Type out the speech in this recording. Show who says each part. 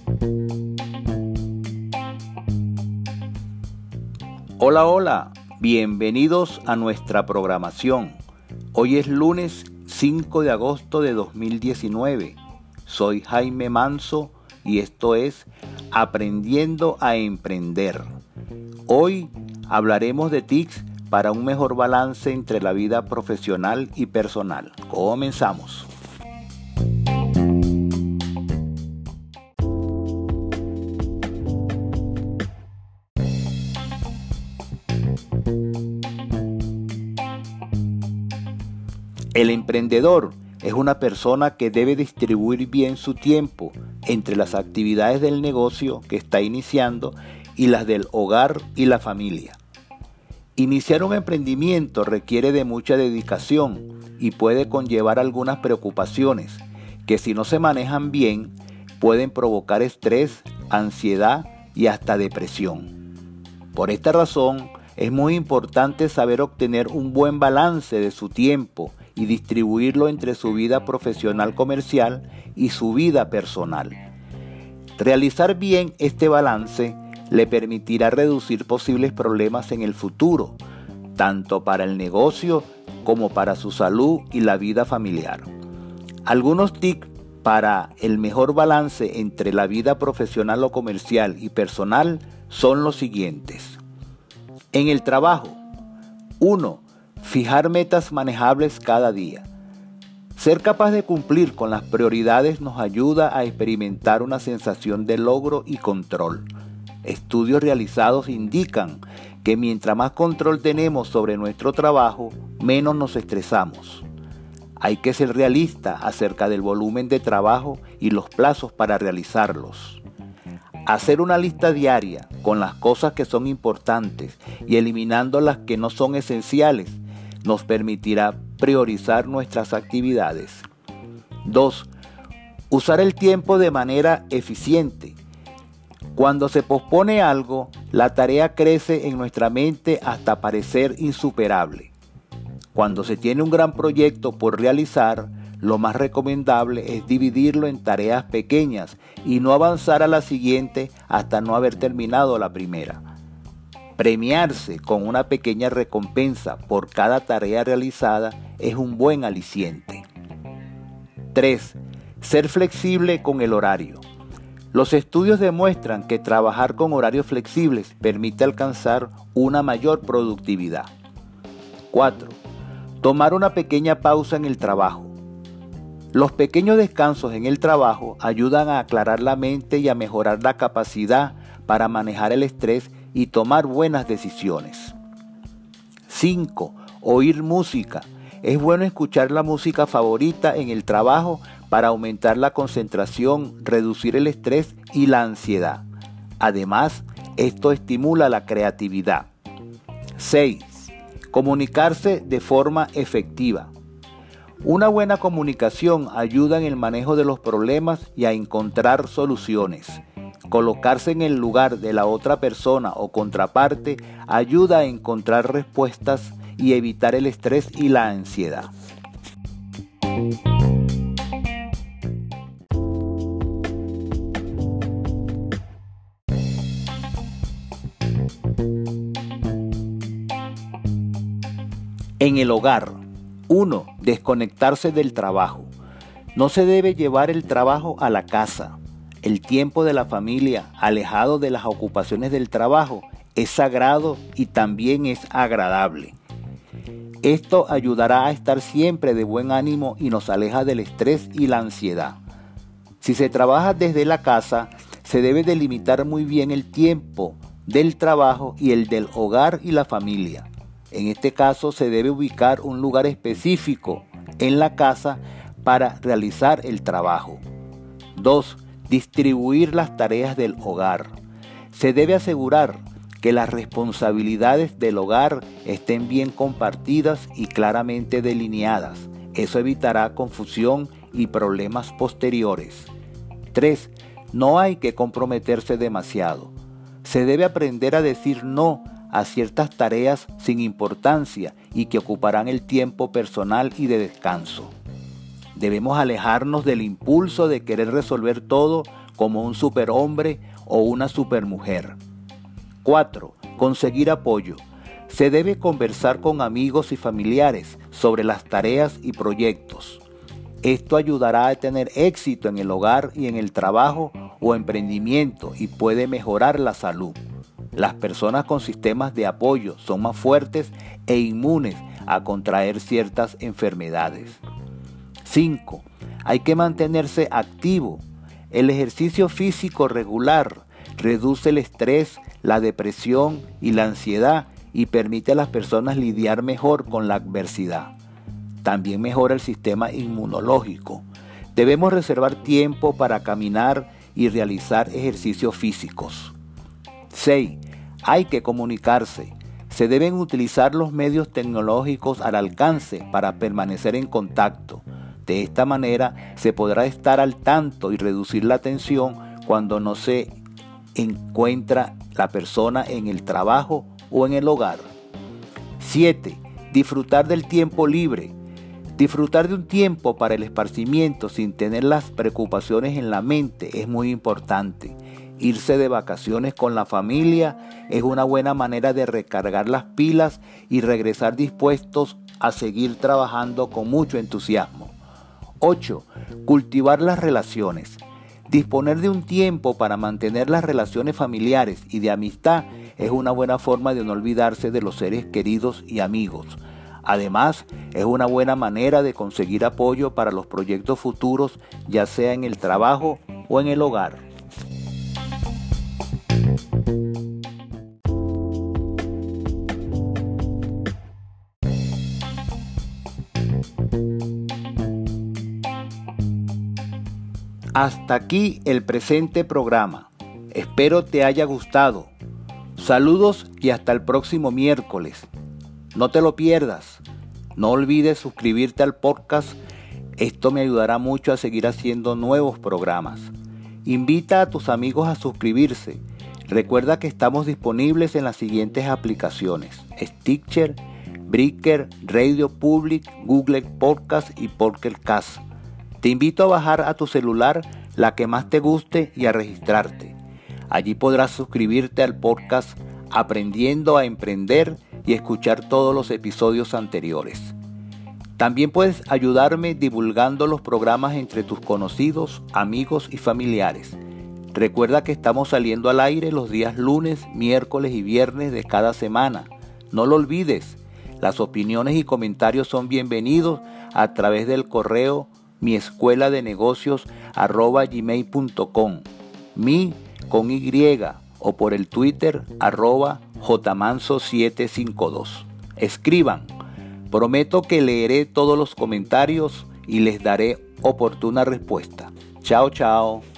Speaker 1: Hola, hola, bienvenidos a nuestra programación. Hoy es lunes 5 de agosto de 2019. Soy Jaime Manso y esto es Aprendiendo a Emprender. Hoy hablaremos de tips para un mejor balance entre la vida profesional y personal. Comenzamos. El emprendedor es una persona que debe distribuir bien su tiempo entre las actividades del negocio que está iniciando y las del hogar y la familia. Iniciar un emprendimiento requiere de mucha dedicación y puede conllevar algunas preocupaciones que, si no se manejan bien, pueden provocar estrés, ansiedad y hasta depresión. Por esta razón, es muy importante saber obtener un buen balance de su tiempo y distribuirlo entre su vida profesional comercial y su vida personal. Realizar bien este balance le permitirá reducir posibles problemas en el futuro, tanto para el negocio como para su salud y la vida familiar. Algunos tips para el mejor balance entre la vida profesional o comercial y personal son los siguientes. En el trabajo, 1. Fijar metas manejables cada día. Ser capaz de cumplir con las prioridades nos ayuda a experimentar una sensación de logro y control. Estudios realizados indican que mientras más control tenemos sobre nuestro trabajo, menos nos estresamos. Hay que ser realista acerca del volumen de trabajo y los plazos para realizarlos. Hacer una lista diaria con las cosas que son importantes y eliminando las que no son esenciales nos permitirá priorizar nuestras actividades. 2. Usar el tiempo de manera eficiente. Cuando se pospone algo, la tarea crece en nuestra mente hasta parecer insuperable. Cuando se tiene un gran proyecto por realizar, lo más recomendable es dividirlo en tareas pequeñas y no avanzar a la siguiente hasta no haber terminado la primera. Premiarse con una pequeña recompensa por cada tarea realizada es un buen aliciente. 3. Ser flexible con el horario. Los estudios demuestran que trabajar con horarios flexibles permite alcanzar una mayor productividad. 4. Tomar una pequeña pausa en el trabajo. Los pequeños descansos en el trabajo ayudan a aclarar la mente y a mejorar la capacidad para manejar el estrés y tomar buenas decisiones. 5. Oír música. Es bueno escuchar la música favorita en el trabajo para aumentar la concentración, reducir el estrés y la ansiedad. Además, esto estimula la creatividad. 6. Comunicarse de forma efectiva. Una buena comunicación ayuda en el manejo de los problemas y a encontrar soluciones. Colocarse en el lugar de la otra persona o contraparte ayuda a encontrar respuestas y evitar el estrés y la ansiedad. En el hogar, 1. Desconectarse del trabajo. No se debe llevar el trabajo a la casa. El tiempo de la familia, alejado de las ocupaciones del trabajo, es sagrado y también es agradable. Esto ayudará a estar siempre de buen ánimo y nos aleja del estrés y la ansiedad. Si se trabaja desde la casa, se debe delimitar muy bien el tiempo del trabajo y el del hogar y la familia. En este caso, se debe ubicar un lugar específico en la casa para realizar el trabajo. 2. Distribuir las tareas del hogar. Se debe asegurar que las responsabilidades del hogar estén bien compartidas y claramente delineadas. Eso evitará confusión y problemas posteriores. 3. No hay que comprometerse demasiado. Se debe aprender a decir no a ciertas tareas sin importancia y que ocuparán el tiempo personal y de descanso. Debemos alejarnos del impulso de querer resolver todo como un superhombre o una supermujer. 4. Conseguir apoyo. Se debe conversar con amigos y familiares sobre las tareas y proyectos. Esto ayudará a tener éxito en el hogar y en el trabajo o emprendimiento y puede mejorar la salud. Las personas con sistemas de apoyo son más fuertes e inmunes a contraer ciertas enfermedades. 5. Hay que mantenerse activo. El ejercicio físico regular reduce el estrés, la depresión y la ansiedad y permite a las personas lidiar mejor con la adversidad. También mejora el sistema inmunológico. Debemos reservar tiempo para caminar y realizar ejercicios físicos. 6. Hay que comunicarse. Se deben utilizar los medios tecnológicos al alcance para permanecer en contacto. De esta manera se podrá estar al tanto y reducir la tensión cuando no se encuentra la persona en el trabajo o en el hogar. 7. Disfrutar del tiempo libre. Disfrutar de un tiempo para el esparcimiento sin tener las preocupaciones en la mente es muy importante. Irse de vacaciones con la familia es una buena manera de recargar las pilas y regresar dispuestos a seguir trabajando con mucho entusiasmo. 8. Cultivar las relaciones. Disponer de un tiempo para mantener las relaciones familiares y de amistad es una buena forma de no olvidarse de los seres queridos y amigos. Además, es una buena manera de conseguir apoyo para los proyectos futuros, ya sea en el trabajo o en el hogar. Hasta aquí el presente programa. Espero te haya gustado. Saludos y hasta el próximo miércoles. No te lo pierdas. No olvides suscribirte al podcast. Esto me ayudará mucho a seguir haciendo nuevos programas. Invita a tus amigos a suscribirse. Recuerda que estamos disponibles en las siguientes aplicaciones: Stitcher, Breaker, Radio Public, Google Podcast y Pocket Cast. Te invito a bajar a tu celular la que más te guste y a registrarte. Allí podrás suscribirte al podcast Aprendiendo a Emprender y escuchar todos los episodios anteriores. También puedes ayudarme divulgando los programas entre tus conocidos, amigos y familiares. Recuerda que estamos saliendo al aire los días lunes, miércoles y viernes de cada semana. No lo olvides, las opiniones y comentarios son bienvenidos a través del correo miescueladenegocios@gmail.com, mi con Y, o por el Twitter @jmanso752. Escriban. Prometo que leeré todos los comentarios y les daré oportuna respuesta. Chao, chao.